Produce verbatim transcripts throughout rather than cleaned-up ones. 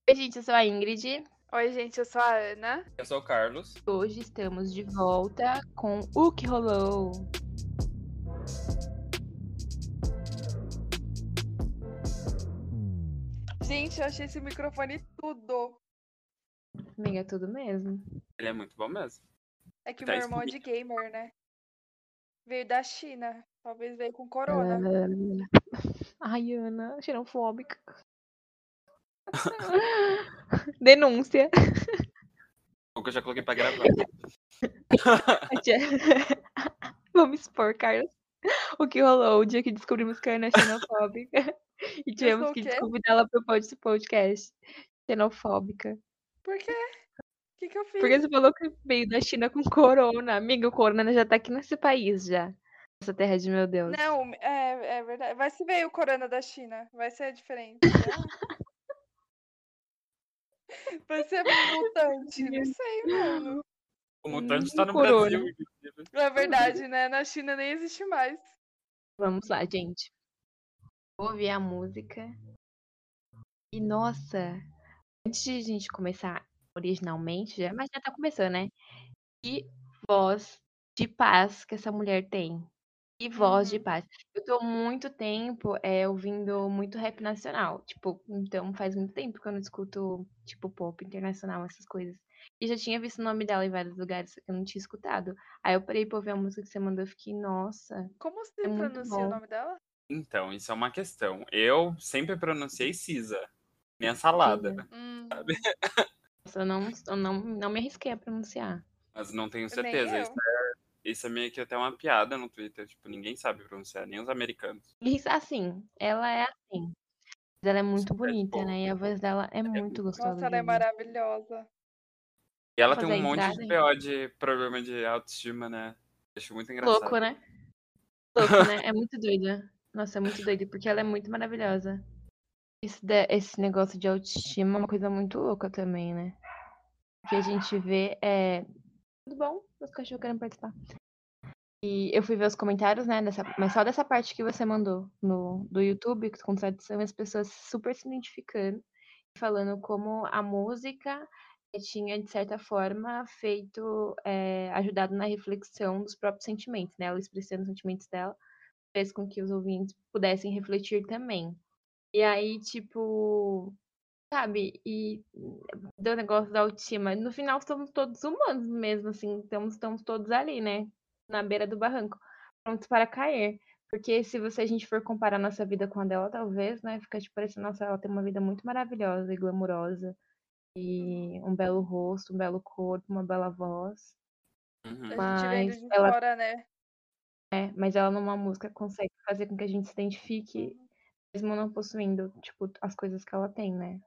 Oi, gente, eu sou a Ingrid. Oi, gente, eu sou a Ana. Eu sou o Carlos. Hoje estamos de volta com O Que Rolou. Gente, eu achei esse microfone tudo. Amiga, é tudo mesmo. Ele é muito bom mesmo. É que o Tá meu irmão é de experiente. gamer, né? Veio da China. Talvez veio com corona. Ai, Ana, xenofóbica. Denúncia. O que eu já coloquei pra gravar. Vamos expor, Carlos. O que rolou o dia que descobrimos que a Ana é xenofóbica e Eu tivemos sou o que quê? convidá-la para o podcast. Xenofóbica. Por quê? O que, que eu fiz? Porque você falou que veio da China com corona. Amiga, o corona já tá aqui nesse país já. Essa terra de meu Deus. Não, é, é verdade. Vai se veio o corona da China. Vai ser diferente, será? Vai ser mutante. Não sei, mano. O mutante Hum, tá no corona. Brasil, inclusive. É verdade, né? Na China nem existe mais. Vamos lá, gente. Vou ouvir a música. E, nossa, antes de a gente começar originalmente, já, mas já tá começando, né? Que voz de paz que essa mulher tem. Que voz de Uhum. paz. Eu tô muito tempo é, ouvindo muito rap nacional. Tipo, então faz muito tempo que eu não escuto, tipo, pop internacional, essas coisas. E já tinha visto o nome dela em vários lugares, só que eu não tinha escutado. Aí eu parei pra ouvir a música que você mandou e fiquei, nossa, Como se é muito pronuncia o bom. nome dela? Então, isso é uma questão. Eu sempre pronunciei Cisa. Minha salada. Tia. Hum, Nossa, eu não, eu não, não me arrisquei a pronunciar. Mas não tenho nem certeza. Isso eu. é, isso é meio que até uma piada no Twitter. Tipo, ninguém sabe pronunciar, nem os americanos. E assim, ela é assim. Mas ela é muito É, bonita, tipo, né? E a voz dela é é muito muito- gostosa Nossa, de ela é ouvir. maravilhosa. E ela Vou tem fazer a um monte entrada, de hein? B O de problema de autoestima, né? Acho muito Louco, engraçado. né? Louco, né? É muito doida. Nossa, é muito doida, porque ela é muito maravilhosa. Esse, de- esse negócio de autoestima é uma coisa muito louca também, né? Que a gente vê é. Tudo bom? Os cachorros querem participar. E eu fui ver os comentários, né? Dessa, mas só dessa parte que você mandou no, do YouTube, com tradução, e as pessoas super se identificando, falando como a música tinha, de certa forma, feito, é, ajudado na reflexão dos próprios sentimentos, né? Ela expressando os sentimentos dela, fez com que os ouvintes pudessem refletir também. E aí, tipo, sabe? E do negócio da autoestima. No final, somos todos humanos mesmo, assim. Estamos, estamos todos ali, né? Na beira do barranco, prontos para cair. Porque se você, a gente for comparar nossa vida com a dela, talvez, né? Fica tipo parecendo, nossa, ela tem uma vida muito maravilhosa e glamurosa. E um belo rosto, um belo corpo, uma bela voz. Uhum. A gente vendo Mas de ela, fora, né? é, mas ela numa música consegue fazer com que a gente se identifique, Uhum. mesmo não possuindo, tipo, as coisas que ela tem, né?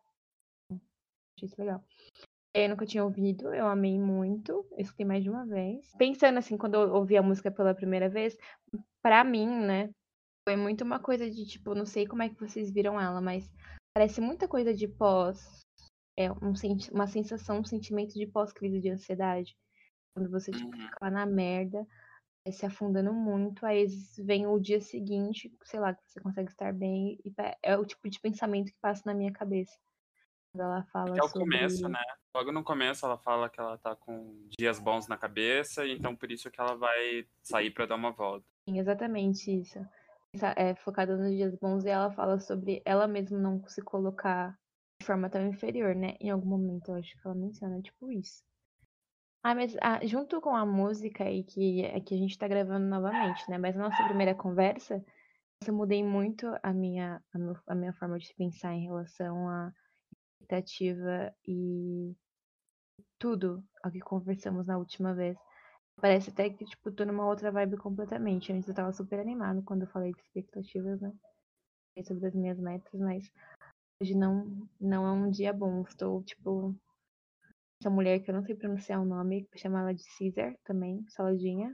Achei isso legal. Eu nunca tinha ouvido, eu amei muito, eu escutei mais de uma vez. Pensando assim, quando eu ouvi a música pela primeira vez, pra mim, né, foi muito uma coisa de tipo, não sei como é que vocês viram ela, mas parece muita coisa de pós, é um, senti- uma sensação, um sentimento de pós-crise de ansiedade. Quando você, tipo, Uhum. fica lá na merda, é, se afundando muito, aí vem o dia seguinte, sei lá, que você consegue estar bem, e pa- é o tipo de pensamento que passa na minha cabeça. Quando ela Que fala é o começo, sobre. né? Logo no começo ela fala que ela tá com dias bons na cabeça, e então por isso que ela vai sair pra dar uma volta. Sim, exatamente isso. Essa- É focada nos dias bons e ela fala sobre ela mesma não se colocar de forma tão inferior, né? Em algum momento eu acho que ela menciona tipo isso. Ah, mas ah, junto com a música aí que, é que a gente tá gravando novamente, né? Mas na nossa primeira conversa, eu mudei muito a minha, a, meu- a minha forma de pensar em relação à expectativa e tudo ao que conversamos na última vez. Parece até que, tipo, tô numa outra vibe completamente. Antes eu tava super animado quando eu falei de expectativas, né? Falei sobre as minhas metas, mas hoje não, não é um dia bom. Estou, tipo, essa mulher que eu não sei pronunciar o nome, chama ela de Caesar também, saladinha.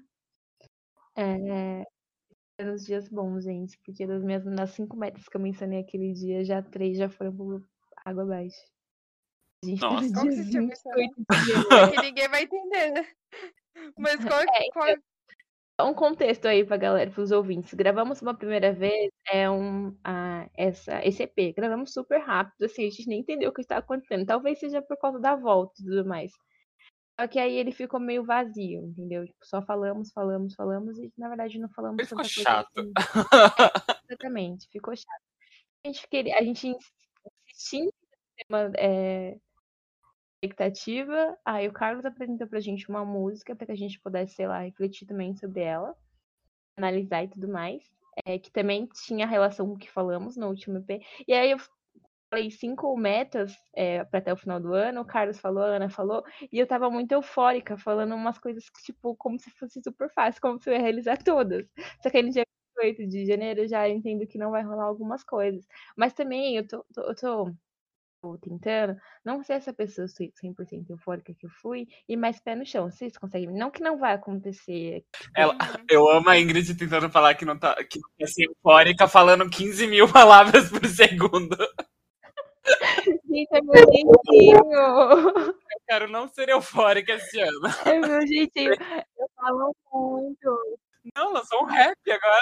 É, é nos dias bons, gente, porque das minhas das cinco metas que eu mencionei aquele dia, já três já foram por água abaixo. A gente tá no Nossa. Qual dia que você tinha vinte e mencionado? oito de É janeiro. que ninguém vai entender, né? Mas qual, É, qual... Um contexto aí pra galera, pros ouvintes. Gravamos uma primeira vez, é um, ah, essa, esse E P. Gravamos super rápido, assim, a gente nem entendeu o que estava acontecendo. Talvez seja por causa da volta e tudo mais. Só que aí ele ficou meio vazio, entendeu? Tipo, só falamos, falamos, falamos e na verdade não falamos Ele ficou tanta coisa chato. assim. É, exatamente, ficou chato. A gente queria, a gente insistia em tema, é, expectativa. Aí o Carlos apresentou pra gente uma música para que a gente pudesse, sei lá, refletir também sobre ela, analisar e tudo mais. É, que também tinha relação com o que falamos no último E P. E aí eu falei cinco metas é, para até o final do ano, o Carlos falou, a Ana falou, e eu tava muito eufórica, falando umas coisas que, tipo, como se fosse super fácil, como se eu ia realizar todas. Só que aí no dia vinte e oito de janeiro eu já entendo que não vai rolar algumas coisas. Mas também eu tô, tô, eu tô, tô tentando não ser essa pessoa cem por cento eufórica que eu fui e mais pé no chão. Vocês conseguem? Não que não vai acontecer. Tipo, Ela, Uhum. eu amo a Ingrid tentando falar que não tá, que não quer ser eufórica, falando quinze mil palavras por segundo. gente, é meu jeitinho. Eu quero não ser eufórica esse ano. É meu jeitinho. Eu falo muito. Não, lançou um rap agora.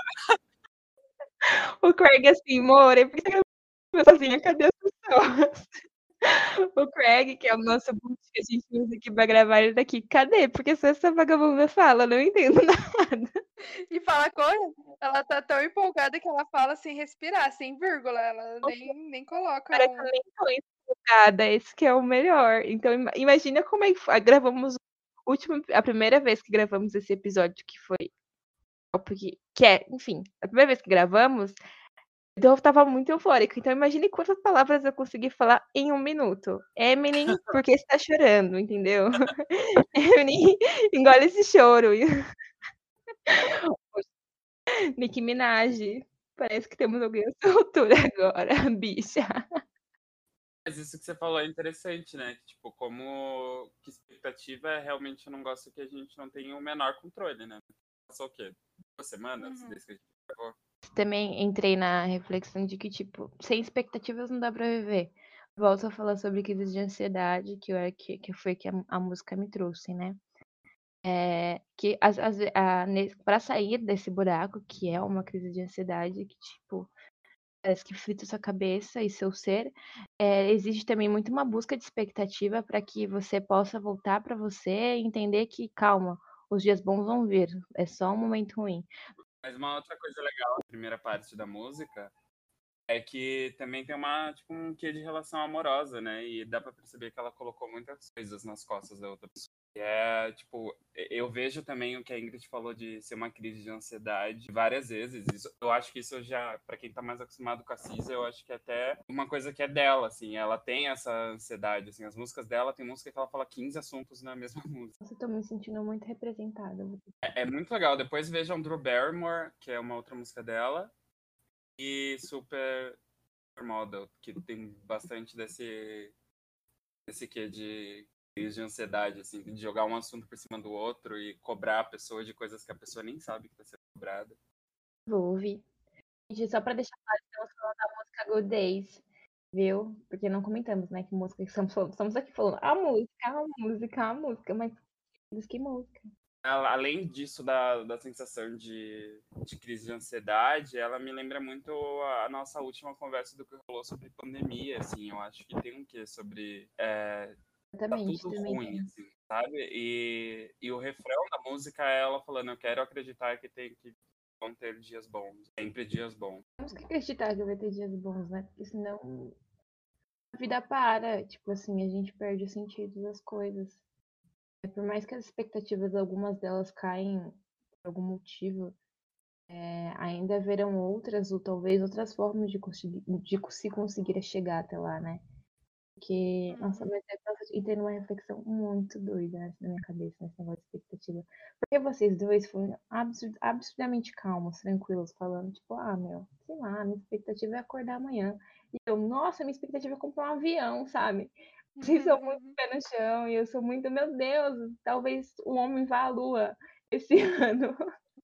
O Craig assim, More, por que você tá sozinha? Cadê as pessoas? O Craig, que é o nosso boot que a gente usa aqui pra gravar, ele daqui. Cadê? Porque só essa vagabunda fala, eu não entendo nada. E fala coisa, ela tá tão empolgada que ela fala sem respirar, sem vírgula. Ela nem, nem coloca Cara, que eu um. nem tô empolgada, esse que é o melhor. Então, ima- imagina como é que foi. Gravamos o último, a primeira vez que gravamos esse episódio, que foi. Porque, que é, enfim, a primeira vez que gravamos, então eu tava muito eufórica. Então imagine quantas palavras eu consegui falar em um minuto. Eminem, porque está chorando, entendeu? Eminem, engole esse choro. Nicki Minaj, parece que temos alguém à sua altura agora, bicha. Mas isso que você falou é interessante, né? Que, tipo, como que expectativa é realmente um negócio que a gente não tem o menor controle, né? Passou o quê? Duas semanas Uhum. desde que a gente gravou? Também entrei na reflexão de que, tipo, sem expectativas não dá pra viver. Volto a falar sobre crise de ansiedade, que, eu, que, que foi que a, a música me trouxe, né? É, que as, as, a, para sair desse buraco, que é uma crise de ansiedade, que, tipo, parece que frita sua cabeça e seu ser, é, existe também muito uma busca de expectativa para que você possa voltar para você e entender que, calma, os dias bons vão vir, é só um momento ruim. Mas uma outra coisa legal na primeira parte da música é que também tem uma, tipo, um quê de relação amorosa, né? E dá pra perceber que ela colocou muitas coisas nas costas da outra pessoa. E é, tipo, eu vejo também o que a Ingrid falou de ser uma crise de ansiedade várias vezes. Isso, eu acho que isso já, pra quem tá mais acostumado com a Cisa, eu acho que é até uma coisa que é dela, assim. Ela tem essa ansiedade, assim. As músicas dela, tem música que ela fala quinze assuntos na mesma música. Nossa, eu tô me sentindo muito representada. É, é muito legal. Depois vejam Drew Barrymore, que é uma outra música dela. E Super Model, que tem bastante desse desse quê de crise de ansiedade, assim, de jogar um assunto por cima do outro e cobrar a pessoa de coisas que a pessoa nem sabe que tá sendo cobrada. Vou ouvir. Gente, só pra deixar claro, estamos falando da música Good Days, viu? Porque não comentamos, né, que música que estamos falando. Estamos aqui falando a música, a música, a música, mas que música. Além disso, da, da sensação de, de crise de ansiedade, ela me lembra muito a nossa última conversa do que rolou sobre pandemia, assim. Eu acho que tem um quê sobre... É, tá Exatamente, tudo também ruim, tem. assim, sabe? E, e o refrão da música é ela falando, eu quero acreditar que tem que vão ter dias bons, sempre dias bons. Temos que acreditar que vai ter dias bons, né? Porque senão a vida para. Tipo assim, a gente perde o sentido das coisas. Por mais que as expectativas, algumas delas caem por algum motivo, é, ainda haverão outras, ou talvez outras formas de, conseguir, de se conseguir chegar até lá, né? Porque, nossa, Uhum. mas é, nossa, e tendo uma reflexão muito doida né, na minha cabeça, nesse negócio de expectativa. Porque vocês dois foram absurd, absurdamente calmos, tranquilos, falando, tipo, ah, meu, sei lá, minha expectativa é acordar amanhã. E eu, nossa, minha expectativa é comprar um avião, sabe? Vocês são muito pé no chão e eu sou muito, meu Deus, talvez o homem vá à lua esse ano.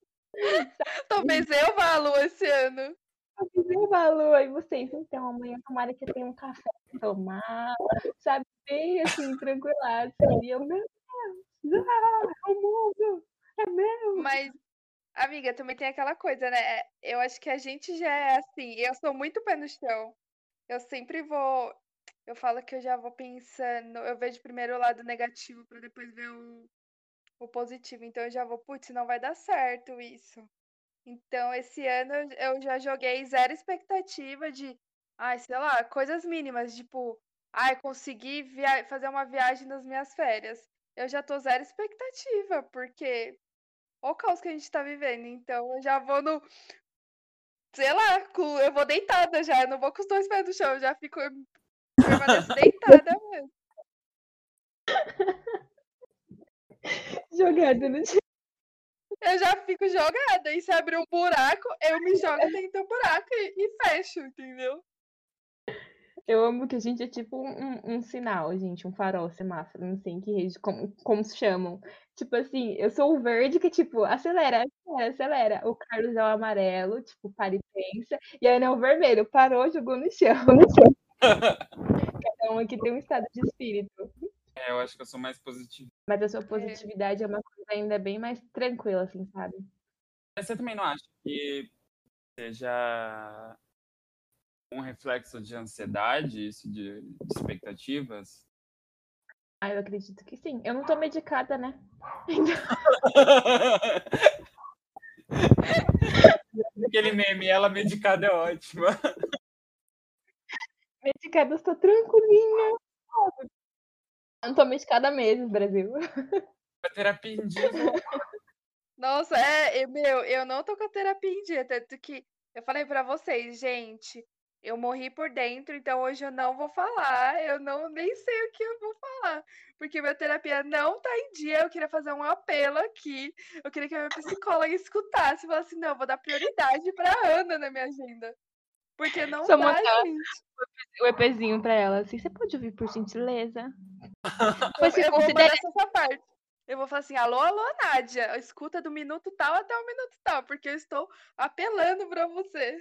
Talvez eu vá à lua esse ano. Eu vá à lua e vocês, então, amanhã tomara que eu tenha um café pra tomar, sabe? Bem assim, tranquilados. E eu, meu Deus, ah, o mundo é meu. Mas Amiga, também tem aquela coisa, né? Eu acho que a gente já é assim. Eu sou muito pé no chão. Eu sempre vou. Eu falo que eu já vou pensando. Eu vejo primeiro o lado negativo pra depois ver o, o positivo. Então eu já vou, putz, não vai dar certo isso. Então esse ano eu eu já joguei zero expectativa de, ai, sei lá, coisas mínimas, tipo, ai, conseguir via- fazer uma viagem nas minhas férias. Eu já tô zero expectativa, porque olha o caos que a gente tá vivendo. Então eu já vou no, sei lá, com- eu vou deitada já, eu não vou com os dois pés no chão, eu já fico, eu permaneço deitada mesmo. Jogada no chão. Eu já fico jogada, e se abrir um buraco, eu me jogo dentro do buraco e, e fecho, entendeu? Eu amo que a gente é tipo um, um- um sinal, gente, um farol, semáforo, não sei em que rede, como, como se chamam. Tipo assim, eu sou o verde que, tipo, acelera, acelera, acelera. O Carlos é o amarelo, tipo, para e pensa. E a Ana é o vermelho, parou, jogou no chão. Cada um aqui tem um estado de espírito. É, eu acho que eu sou mais positivo. Mas a sua É. positividade é uma coisa ainda bem mais tranquila, assim, sabe? Mas você também não acha que seja um reflexo de ansiedade, isso de, de expectativas? Ah, eu acredito que sim. Eu não tô medicada, né? Aquele meme, ela medicada é ótima. Medicada, eu estou tranquilinha. Eu não tô medicada mesmo, Brasil. A terapia em dias vou. Nossa, é, eu- meu, eu não tô com a terapia em dia, tanto que eu falei pra vocês, gente, eu morri por dentro, então hoje eu não vou falar, eu não nem sei o que eu vou falar, porque minha terapia não tá em dia, eu queria fazer um apelo aqui, eu queria que a minha psicóloga escutasse e falasse assim, não, eu vou dar prioridade pra Ana na minha agenda, porque não Só dá, mandar gente. o EPzinho pra ela, assim, você pode ouvir por gentileza? Eu, Pois se eu vou considere... mandar só essa parte. Eu vou falar assim, alô, alô, Nádia, escuta do minuto tal até o minuto tal, porque eu estou apelando pra você.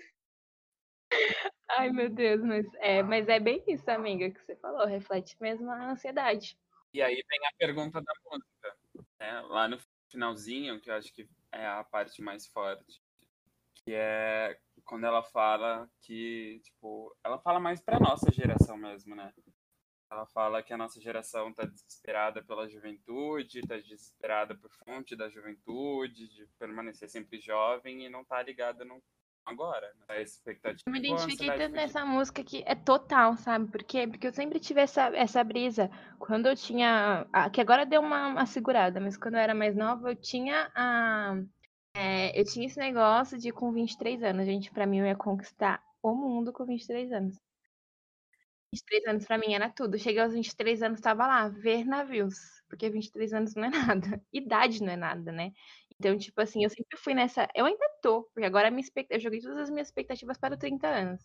Ai, meu Deus, mas é, mas é bem isso, amiga, que você falou, reflete mesmo a ansiedade. E aí vem a pergunta da música, né? Lá no finalzinho, que eu acho que é a parte mais forte, que é quando ela fala que, tipo, ela fala mais pra nossa geração mesmo, né? Ela fala que a nossa geração tá desesperada pela juventude, tá desesperada por fonte da juventude, de permanecer sempre jovem e não tá ligada no agora, né? A expectativa, Eu me a identifiquei ansiedade tanto fugindo. nessa música que é total, sabe? Por quê? Porque eu sempre tive essa, essa brisa. Quando eu tinha. ah, Que agora deu uma, uma segurada, mas quando eu era mais nova, eu tinha a. é, eu tinha esse negócio de com vinte e três anos, gente, pra mim eu ia conquistar o mundo com vinte e três anos. vinte e três anos pra mim era tudo. Cheguei aos vinte e três anos, tava lá, ver navios. Porque vinte e três anos não é nada. Idade não é nada, né? Então, tipo assim, eu sempre fui nessa. Eu ainda tô, porque agora a minha expect... eu joguei todas as minhas expectativas para os trinta anos.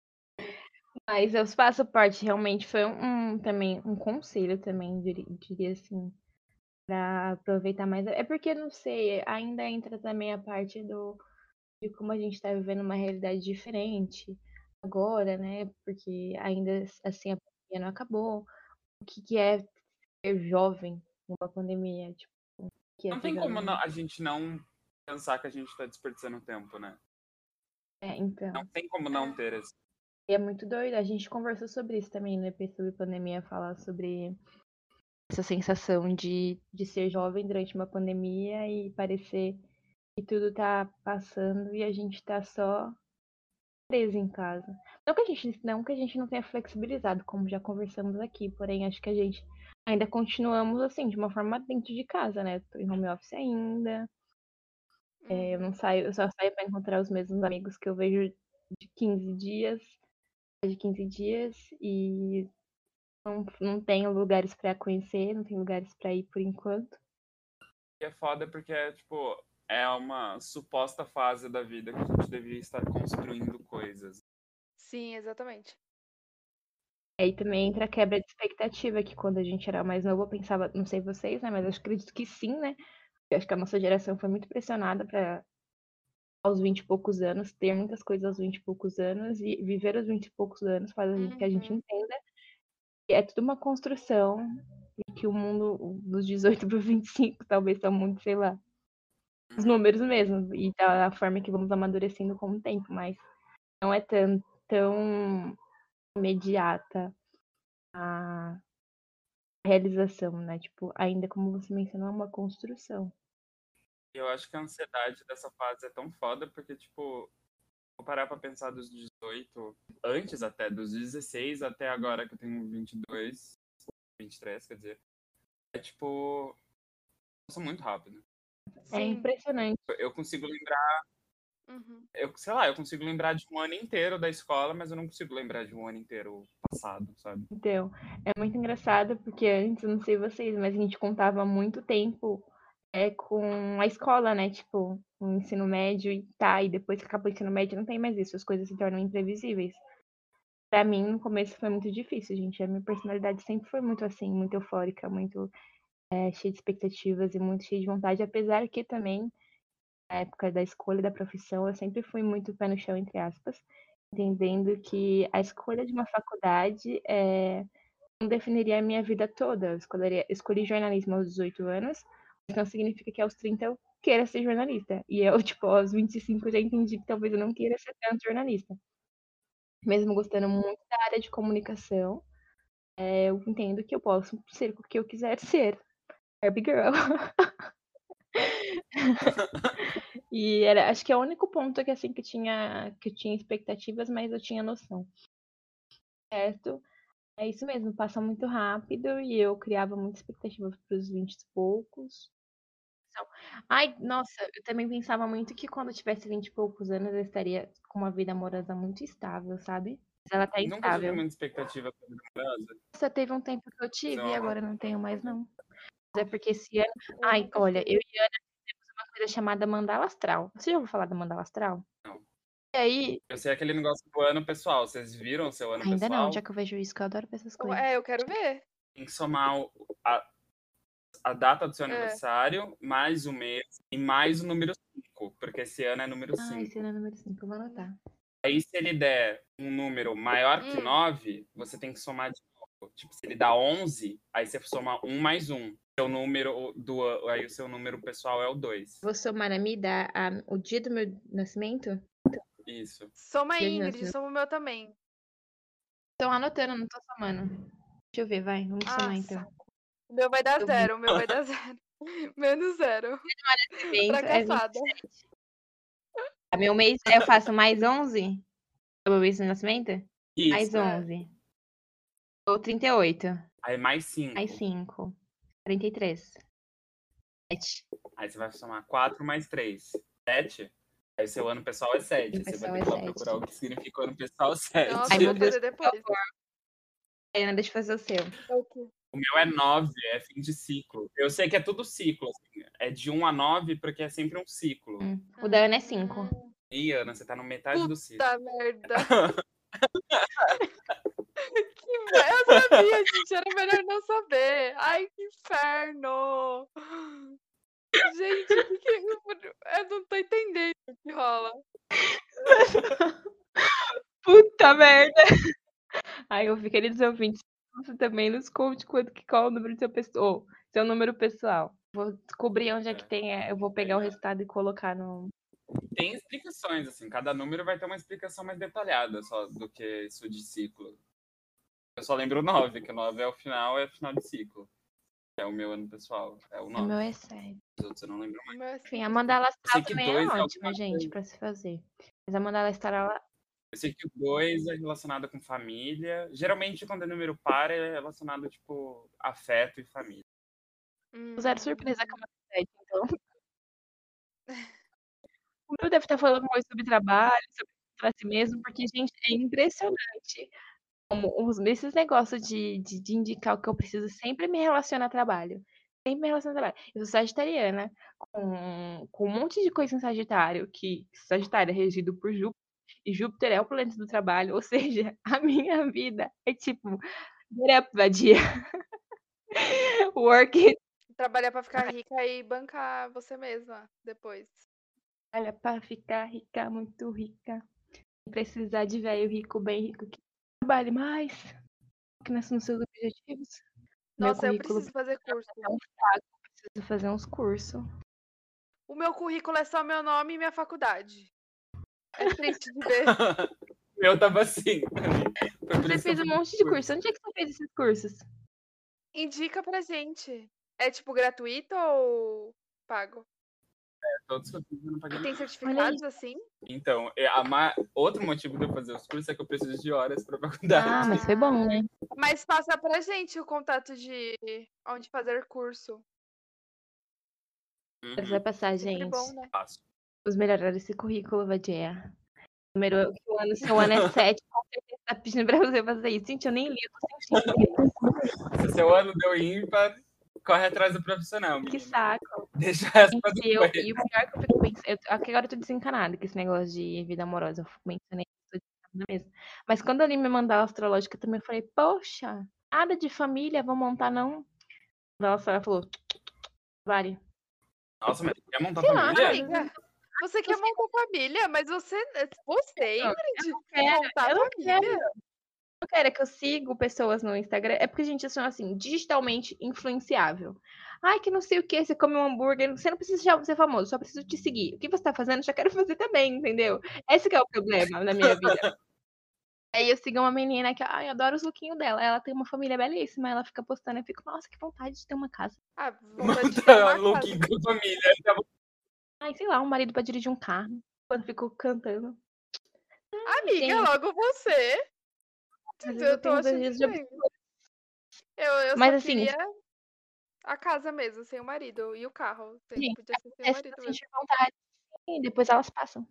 Mas eu faço parte, realmente foi um, um, também um conselho também, diria, diria assim, pra aproveitar mais. É porque, não sei, ainda entra também a parte do de como a gente tá vivendo uma realidade diferente agora, né? Porque ainda assim a pandemia não acabou. O que, que é ser jovem numa pandemia? Tipo, o que é Não ser tem como não- jovem? a gente não pensar que a gente tá desperdiçando tempo, né? É, Não então. tem como não ter esse. E é muito doido. A gente conversou sobre isso também no E P sobre pandemia, falar sobre essa sensação de, de ser jovem durante uma pandemia e parecer que tudo tá passando e a gente tá só preso em casa. Não que a gente não, que a gente não tenha flexibilizado, como já conversamos aqui, porém acho que a gente ainda continuamos assim, de uma forma dentro de casa, né? Tô em home office ainda. É, eu não Uhum. saio, eu só saio para encontrar os mesmos amigos que eu vejo de quinze dias, de quinze dias e não, não tenho lugares para conhecer, não tenho lugares para ir por enquanto. E é foda porque é, tipo, é uma suposta fase da vida que a gente deveria estar construindo coisas. Sim, exatamente. Aí também entra a quebra de expectativa, que quando a gente era mais novo, eu pensava, não sei vocês, né, mas eu acredito que sim, né? Eu acho que a nossa geração foi muito pressionada para aos vinte e poucos anos, ter muitas coisas aos vinte e poucos anos e viver aos vinte e poucos anos faz a gente, que a gente Uhum. entenda que é tudo uma construção e que o mundo dos dezoito para vinte e cinco talvez tá muito, sei lá. os números mesmo, e da forma que vamos amadurecendo com o tempo, mas não é tão, tão imediata a realização, né? Tipo, ainda como você mencionou, é uma construção. Eu acho que a ansiedade dessa fase é tão foda, porque, tipo, vou parar pra pensar dos dezoito, antes até, dos dezesseis até agora que eu tenho vinte e dois, vinte e três, quer dizer. É tipo, passa muito rápido. É Sim. impressionante. Eu consigo lembrar, Uhum. eu, sei lá, eu consigo lembrar de um ano inteiro da escola, mas eu não consigo lembrar de um ano inteiro passado, sabe? Então, é muito engraçado porque antes, eu não sei vocês, mas a gente contava muito tempo é, com a escola, né? Tipo, o ensino médio e tá, e depois que acabou o ensino médio não tem mais isso, as coisas se tornam imprevisíveis. Pra mim, no começo foi muito difícil, gente. A minha personalidade sempre foi muito assim, muito eufórica, muito é, cheia de expectativas e muito cheia de vontade, apesar que também, na época da escolha da profissão, eu sempre fui muito pé no chão, entre aspas, entendendo que a escolha de uma faculdade é, não definiria a minha vida toda. Eu escolheria, escolhi jornalismo aos dezoito anos, mas não significa que aos trinta eu queira ser jornalista. E eu, tipo, aos vinte e cinco já entendi que talvez eu não queira ser tanto jornalista. Mesmo gostando muito da área de comunicação, é, eu entendo que eu posso ser o que eu quiser ser. Barbie Girl. E era, acho que é o único ponto que assim que tinha que eu tinha expectativas, mas eu tinha noção. Certo? É isso mesmo, passa muito rápido e eu criava muita expectativa para os vinte e poucos. Então, ai, nossa, eu também pensava muito que quando eu tivesse vinte e poucos anos eu estaria com uma vida amorosa muito estável, sabe? Mas ela tá Nunca tive instável. muita expectativa pra vida amorosa. Nossa, teve um tempo que eu tive e Então, agora não tenho mais, não. Mas é porque esse ano. Eu Ai, nunca olha, eu tive. e Ana temos uma coisa chamada mandala astral. Você já ouviu falar da mandala astral? não. E aí, Eu sei aquele negócio do ano pessoal. Vocês viram o seu ano ainda não, já pessoal? que eu vejo isso, que eu adoro ver essas Eu- coisas. É, eu quero ver. Tem que somar o- a, a data do seu É. aniversário, mais o mês e mais o número cinco, porque esse ano é número Ah, esse cinco. ano é número cinco, eu vou anotar. Aí, se ele der um número maior que Hum. nove, você tem que somar de novo. Tipo, se ele dá onze, aí você soma um mais um. Seu número do, aí o seu número pessoal é o dois. Vou somar a minha idade, a- o dia do meu nascimento? Isso. Soma Dia de aí, Ingrid, nascimento. soma o meu também. Tô anotando, não tô somando. Deixa eu ver, vai, vamos Ah, somar então. saco. O meu vai dar Eu zero, o meu vai dar zero. Menos zero. Nascimento é Fracassada. vinte e sete. A meu mês, eu faço mais onze? É o meu mês de nascimento? Mais Isso. É. onze. Ou trinta e oito. Aí mais cinco. Mais cinco. trinta e três. sete. Aí você vai somar quatro mais três. sete. Aí seu ano pessoal é sete. O Você vai pessoal ter é que ir lá sete. procurar o que significa o ano pessoal sete. Nossa, Ai, eu meu vou Deus, fazer por depois. favor. Ana, deixa eu fazer o seu. É o quê? O meu é nove, é fim de ciclo. Eu sei que é tudo ciclo, assim. É de um a nove porque é sempre um ciclo. Hum, O da Ana é cinco. Hum, Ih, Ana, você tá no metade do ciclo. Puta merda. Que mer- Eu sabia, gente. Era melhor não saber. Ai, que inferno. Gente, o que que... Eu não tô entendendo o que rola. Puta merda. Ai, eu vi queridos ouvintes. Você também nos conte quanto que qual o número do seu pessoal. Seu número pessoal. Vou descobrir onde é que É. tem. é, Eu vou pegar o resultado e colocar no. Tem explicações, assim. Cada número vai ter uma explicação mais detalhada só do que isso de ciclo. Eu só lembro o nove, que o nove é o final, é final de ciclo. É o meu ano pessoal. É o O meu nove. é sério. Os outros eu não lembro O mais. meu é Enfim, a cinco, mandala Eu astral sei que também é dois é ótima, alguma gente, coisa. pra se fazer. Mas a mandala astral, ela... Eu sei que o dois é relacionado com família. Geralmente, quando é número par, é relacionado, tipo, afeto e família. Hum. zero surpresa com a sete, então. O meu deve estar falando mais sobre trabalho, sobre pra si mesmo, porque, gente, é impressionante como os, esses negócios de, de, de indicar o que eu preciso sempre me relaciona a trabalho. Sempre me relaciona a trabalho. Eu sou sagitariana, com, com um monte de coisa em Sagitário, que Sagitário é regido por Júpiter, e Júpiter é o planeta do trabalho, ou seja, a minha vida é tipo, get up, vadia. Work, Trabalhar pra ficar rica e bancar você mesma depois. olha, pra ficar rica, muito rica. Sem precisar de velho rico, bem rico, que trabalhe mais, que nasça nos seus objetivos. Meu Nossa, eu currículo preciso fazer curso. é um fraco, preciso fazer uns cursos. o meu currículo é só meu nome e minha faculdade. É triste de ver. Eu tava assim também. Foi por Você isso que eu fez um fui pro monte de curso. curso. Onde é que você fez esses cursos? Indica pra gente. É tipo gratuito ou pago? Todos que eu fiz eu não E paguei tem nada. certificados assim? Então, é, a ma- outro motivo de eu fazer os cursos é que eu preciso de horas pra faculdade. Ah, mas foi bom, né? Mas passa pra gente o contato de onde fazer curso. Você Uhum, vai passar, Sempre gente. bom, né? faço. Os melhorar esse currículo, Vadia. Número, o ano, seu ano é sete, com certeza tá pedindo pra você fazer isso. Gente, eu nem li, eu tô sentindo. Se seu ano deu ímpar, corre atrás do profissional, Que menina. saco. Deixa essa pra Gente, eu, depois. e o pior que eu fico pensando, eu, aqui agora eu tô desencanada com esse negócio de vida amorosa, eu fico pensando nisso, tô desencanada mesmo. Mas quando a Aline me mandou a astrológica, eu também falei, poxa, nada de família, vou montar não. Nossa, ela falou, vale. Nossa, mas quer montar Sei lá, família? Amiga, você quer montar família, mas você, você, Ingrid, eu quero, montar eu não família? quero. Eu quero é que eu sigo pessoas no Instagram. É porque, gente, eu sou assim, digitalmente influenciável. Ai, que não sei o que, você come um hambúrguer, você não precisa já ser famoso, só preciso te seguir. O que você tá fazendo, eu já quero fazer também, entendeu? Esse que é o problema na minha vida. Aí eu sigo uma menina que, ai, eu adoro os lookinhos dela. Ela tem uma família belíssima, ela fica postando, eu fico, nossa, que vontade de ter uma casa. Ah, vontade de ter Montar uma looking casa. com a família. Tá bom. Ai, sei lá, um marido pra dirigir um carro. Quando eu fico cantando. Amiga, Gente, logo você. às vezes Eu eu tô tenho achando desejos de estranho. Eu, eu Mas só assim, queria a casa mesmo, sem o marido. E o carro. Sem- gente, Podia ser sem o acontece marido que eu mesmo. senti vontade e depois elas passam.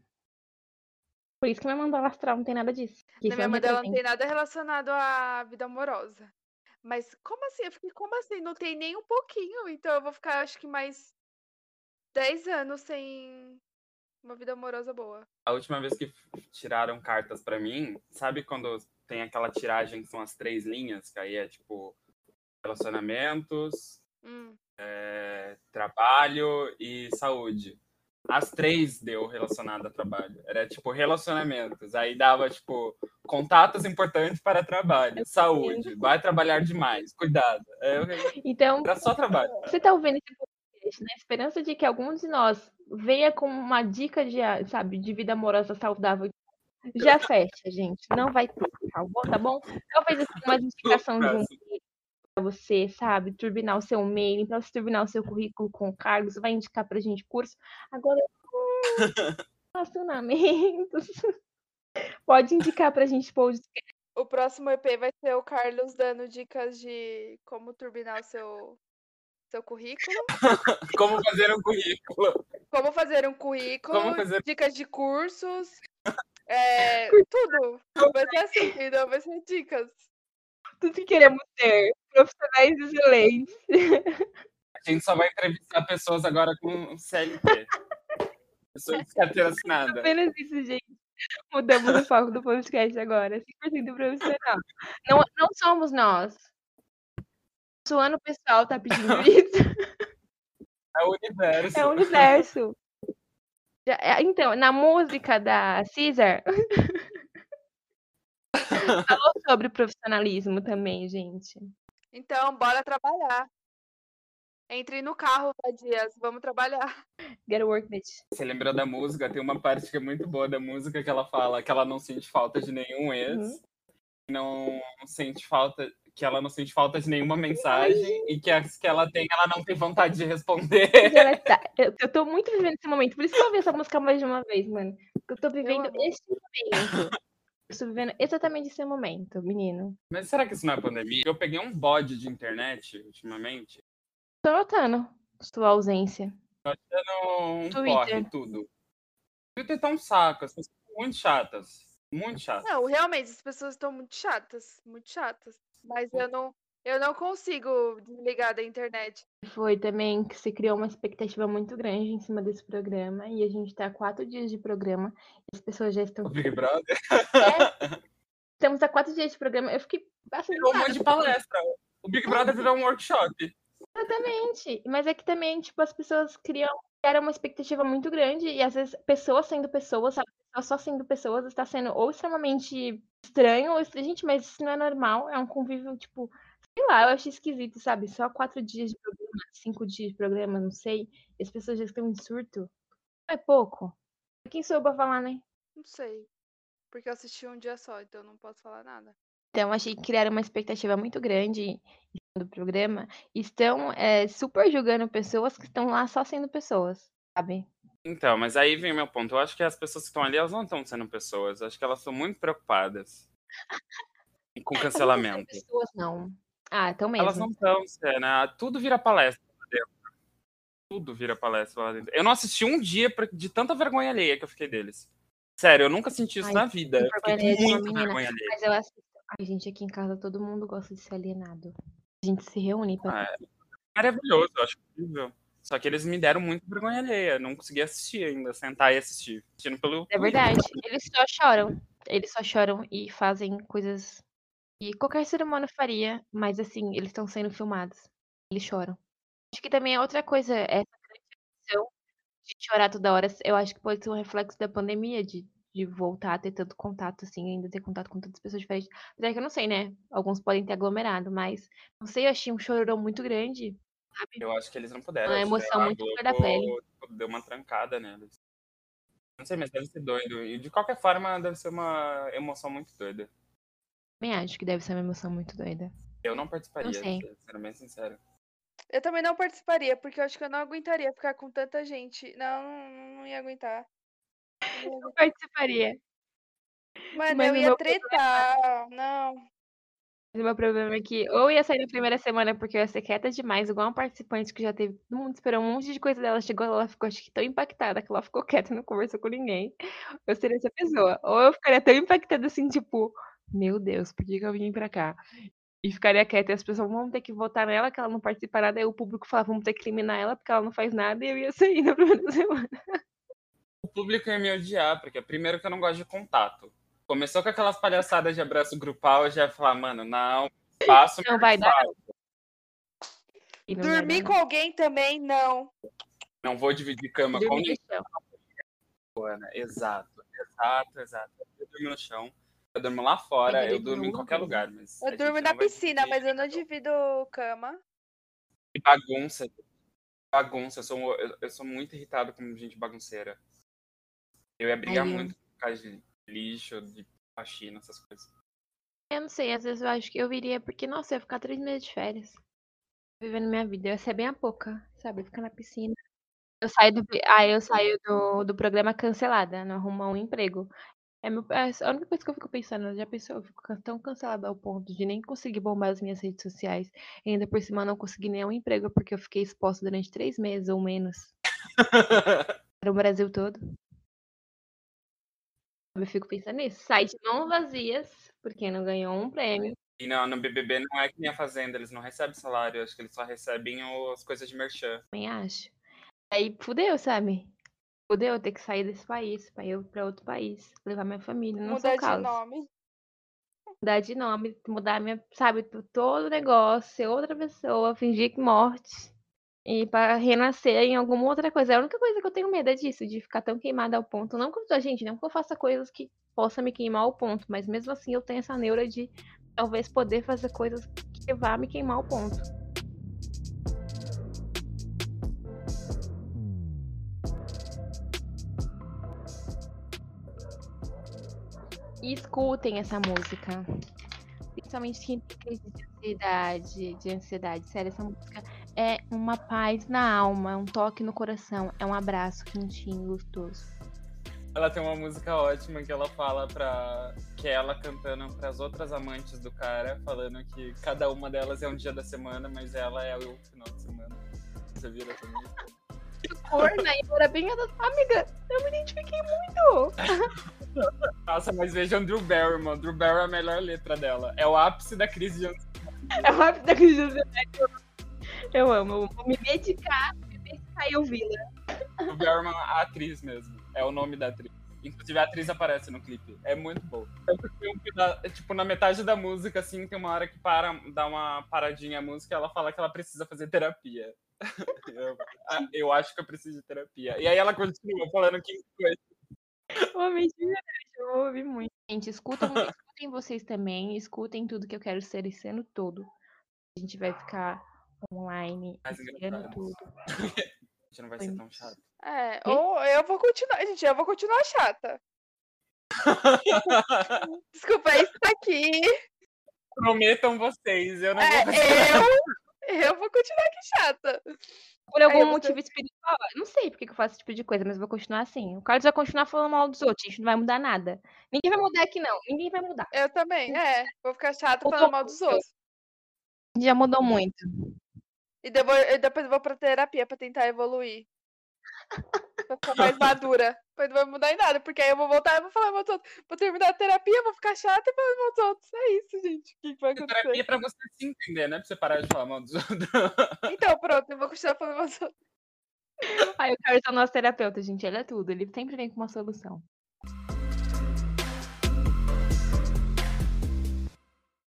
Por isso que me mandou astral, não tem nada disso. Que Na isso é minha um mãe dela não represente. tem nada relacionado à vida amorosa. Mas como assim? Eu fiquei, como assim? Não tem nem um pouquinho. Então eu vou ficar, acho que mais dez anos sem uma vida amorosa boa. A última vez que tiraram cartas pra mim, sabe quando tem aquela tiragem que são as três linhas, que aí é tipo relacionamentos, Hum. é, trabalho e saúde. As três deu relacionado a trabalho. Era tipo relacionamentos. Aí dava tipo contatos importantes para trabalho, saúde, vai trabalhar demais, cuidado. É, Então, era só trabalho. você tá ouvindo esse podcast na esperança de que algum de nós venha com uma dica de, ah, sabe, de vida amorosa saudável. Já fecha, gente. Não vai ter, tá bom? Tá bom? Talvez assim, uma indicação de um pra você, sabe? Turbinar o seu mailing, pra você turbinar o seu currículo com cargos, vai indicar pra gente curso. Agora, hum, relacionamentos. Pode indicar pra gente podcast. O próximo E P vai ser o Carlos dando dicas de como turbinar o seu, seu currículo. Como fazer um currículo. Como fazer um currículo, Como fazer... dicas de cursos, é, tudo. Vai ser assim, entendeu? Vai ser dicas. Tudo que queremos ter. Profissionais excelentes. A gente só vai entrevistar pessoas agora com C L T. Pessoas de carteira assinada. Apenas isso, gente. Mudamos o foco do podcast agora. cem por cento profissional. Não, não somos nós. O ano pessoal tá pedindo isso. É o universo. É o universo. Já- é, Então, na música da Caesar, falou sobre profissionalismo também, gente. Então, bora trabalhar. Entre no carro, Dias, vamos trabalhar. Get work, bitch. Você lembrou da música? Tem uma parte que é muito boa da música que ela fala que ela não sente falta de nenhum ex, Uhum. não sente falta, que ela não sente falta de nenhuma mensagem e que as que ela tem, ela não tem vontade de responder. Mas ela tá- eu, eu tô muito vivendo esse momento. Por isso que eu ouvi essa música mais de uma vez, mano. Porque eu tô vivendo amo. esse momento. Eu estou vivendo exatamente esse momento, menino. Mas será que isso não é pandemia? Eu peguei um bode de internet ultimamente, Tô notando sua ausência. tô achando um Twitter. porre tudo. Twitter tá um saco, as pessoas são muito chatas. Muito chatas. Não, realmente, as pessoas estão muito chatas, muito chatas. Mas eu não, eu não consigo desligar da internet. Foi também que se criou uma expectativa muito grande em cima desse programa. E a gente tá há quatro dias de programa. E as pessoas já estão. O Big Brother Estamos há quatro dias de programa. Eu fiquei bastante. virou um monte de palestra. O Big Brother virou um workshop. Exatamente. Mas é que também, tipo, as pessoas criam. Era uma expectativa muito grande. E às vezes, pessoas sendo pessoas, sabe? Pessoas só sendo pessoas, está sendo ou extremamente estranho, ou estra- gente, mas isso não é normal. É um convívio, tipo. Sei lá, eu acho esquisito, sabe? Só quatro dias de programa. cinco dias de programa, não sei, e as pessoas já estão em surto. Não é pouco? Quem sou eu pra falar, né? Não sei. Porque eu assisti um dia só, então eu não posso falar nada. Então, achei que criaram uma expectativa muito grande em cima do programa. E estão é, super julgando pessoas que estão lá só sendo pessoas, sabe? Então, mas aí vem o meu ponto. Eu acho que as pessoas que estão ali, elas não estão sendo pessoas. Eu acho que elas estão muito preocupadas com Elas não estão sendo cancelamento. pessoas, não. Ah, então Elas mesmo. não estão, né? Tudo vira palestra lá dentro. Tudo vira palestra lá dentro. Eu não assisti um dia pra- de tanta vergonha alheia que eu fiquei deles. Sério, eu nunca senti isso Ai, na vida. que Eu fiquei vergonha com de uma muita menina. vergonha alheia. Mas eu assisto. Ai, gente, aqui em casa todo mundo gosta de ser alienado. A gente se reúne pra. Ah, é maravilhoso, eu acho incrível. Só que eles me deram muito vergonha alheia. Não consegui assistir ainda, sentar e assistir. Assistindo pelo. É verdade. Eles só choram. Eles só choram e fazem coisas que qualquer ser humano faria, mas assim, eles estão sendo filmados. Eles choram. Acho que também é outra coisa, essa questão de chorar toda hora, eu acho que pode ser um reflexo da pandemia, de, de voltar a ter tanto contato, assim, ainda ter contato com tantas pessoas diferentes. Apesar que eu não sei, né? Alguns podem ter aglomerado, mas não sei, eu achei um chororão muito grande, sabe? Eu acho que eles não puderam. Uma Acho que emoção a muito flor da pele. Globo tipo, deu uma trancada neles. Não sei, mas deve ser doido. E de qualquer forma, deve ser uma emoção muito doida. Também acho que deve ser uma emoção muito doida. Eu não Não participaria, sei. sendo bem sincero. Eu também não participaria, porque eu acho que eu não aguentaria ficar com tanta gente. Não, não, não ia aguentar. Não ia Eu aguentar. participaria. Mano, Mas eu o ia meu tretar. Não. O meu problema é que ou ia sair na primeira semana porque eu ia ser quieta demais, igual uma participante que já teve. Todo mundo esperou um monte de coisa dela. Chegou lá, ela ficou acho que tão impactada que ela ficou quieta e não conversou com ninguém. Eu seria essa pessoa. Ou eu ficaria tão impactada assim, tipo, meu Deus, por que, que eu vim pra cá? E ficaria quieta e as pessoas vão ter que votar nela, que ela não participa nada, aí o público fala, vamos ter que eliminar ela porque ela não faz nada, e eu ia sair na primeira semana. O público ia me odiar, porque primeiro que eu não gosto de contato. Começou com aquelas palhaçadas de abraço grupal, eu já ia falar, mano, não, faço Não meu vai dar. espaço. E não vai Dormir dar, com não. alguém também, não. Não vou dividir cama com Dormir no ninguém. chão. Ana. Exato, exato, exato. Eu durmo no chão, eu durmo lá fora, eu Dividir durmo em com qualquer ninguém. lugar, mas Eu a durmo gente na não vai piscina, dividir. mas eu não divido cama. Que bagunça, bagunça. Eu sou, eu, eu sou muito irritado com gente bagunceira. Eu ia brigar Aí eu. muito por causa de lixo, de faxina, essas coisas. Eu não sei, às vezes eu acho que eu viria porque, nossa, eu ia ficar três meses de férias. Vivendo minha vida. Eu ia ser bem a pouca, sabe? Ficar na piscina. Eu saio do, aí eu saio do, do programa cancelada, não arrumar um emprego. É, meu, é a única coisa que eu fico pensando, já pensou, eu fico can- tão cancelada ao ponto de nem conseguir bombar as minhas redes sociais. E ainda por cima não conseguir nenhum emprego porque eu fiquei exposta durante três meses ou menos para o Brasil todo. Eu fico pensando nisso. Sai de mãos vazias, porque não ganhou um prêmio. E não, no B B B não é que nem a Fazenda, eles não recebem salário, acho que eles só recebem as coisas de merchan. Também acho. Aí fudeu, sabe? Fudeu ter que sair desse país pra ir pra outro país, levar minha família. Não sou o Mudar de caso. nome. Mudar de nome, mudar minha, sabe, t- todo o negócio, ser outra pessoa, fingir que morte. E pra renascer em alguma outra coisa. É a única coisa que eu tenho medo é disso, de ficar tão queimada ao ponto. Não que eu, gente, não que eu faça coisas que possa me queimar ao ponto, mas mesmo assim eu tenho essa neura de talvez poder fazer coisas que vá me queimar ao ponto. E escutem essa música. Principalmente quem tem crise de ansiedade, de ansiedade. Sério, essa música é uma paz na alma, é um toque no coração, é um abraço quentinho, gostoso. Ela tem uma música ótima que ela fala pra. Que é ela cantando pras outras amantes do cara, falando que cada uma delas é um dia da semana, mas ela é o final de semana. Você viu essa música? Corna, e era bem a da amiga. Eu me identifiquei muito. Nossa, mas veja o Drew Barrymore. Drew Barrymore é a melhor letra dela. É o ápice da crise de ansiedade. É o ápice da crise de ansiedade. Eu amo, eu vou me dedicar, me dedicar e ouvi-la. Drew Barrymore, a atriz mesmo. É o nome da atriz. Inclusive, a atriz aparece no clipe. É muito bom. Tanto que tem um peda- tipo, na metade da música, assim, tem uma hora que para, dá uma paradinha a música e ela fala que ela precisa fazer terapia. Eu, ah, eu acho que eu preciso de terapia. E aí ela continua falando que Eu amei de verdade, eu vou ouvir muito. Gente, escutam, escutem vocês também, escutem tudo que eu quero ser esse ano todo. A gente vai ficar online, Mais espiando engraçado. tudo. A gente não vai ser tão chato. É, Quê? ou eu vou continuar, gente, eu vou continuar chata. Desculpa, é isso aqui. Prometam vocês, eu não vou É, fazer nada. eu, eu vou continuar aqui chata. Por Aí algum eu vou motivo ser... espiritual, eu não sei por que que eu faço esse tipo de coisa, mas eu vou continuar assim. O Carlos vai continuar falando mal dos outros, a gente não vai mudar nada. Ninguém vai mudar aqui não, ninguém vai mudar. Eu também, é. Vou ficar chata Mudou falando mal dos muito. outros. Já mudou muito. E depois, e depois eu vou pra terapia pra tentar evoluir. Pra ficar mais madura. Depois não vai mudar em nada, porque aí eu vou voltar e vou falar mal dos outros. Vou terminar a terapia, vou ficar chata e falar mal dos outros. É isso, gente. O que, que vai acontecer? Terapia é pra você se entender, não é pra você parar de falar mal dos outros. Então, pronto, eu vou continuar falando mal dos outros. Aí o Carlos é o nosso terapeuta, gente, ele é tudo, ele sempre vem com uma solução.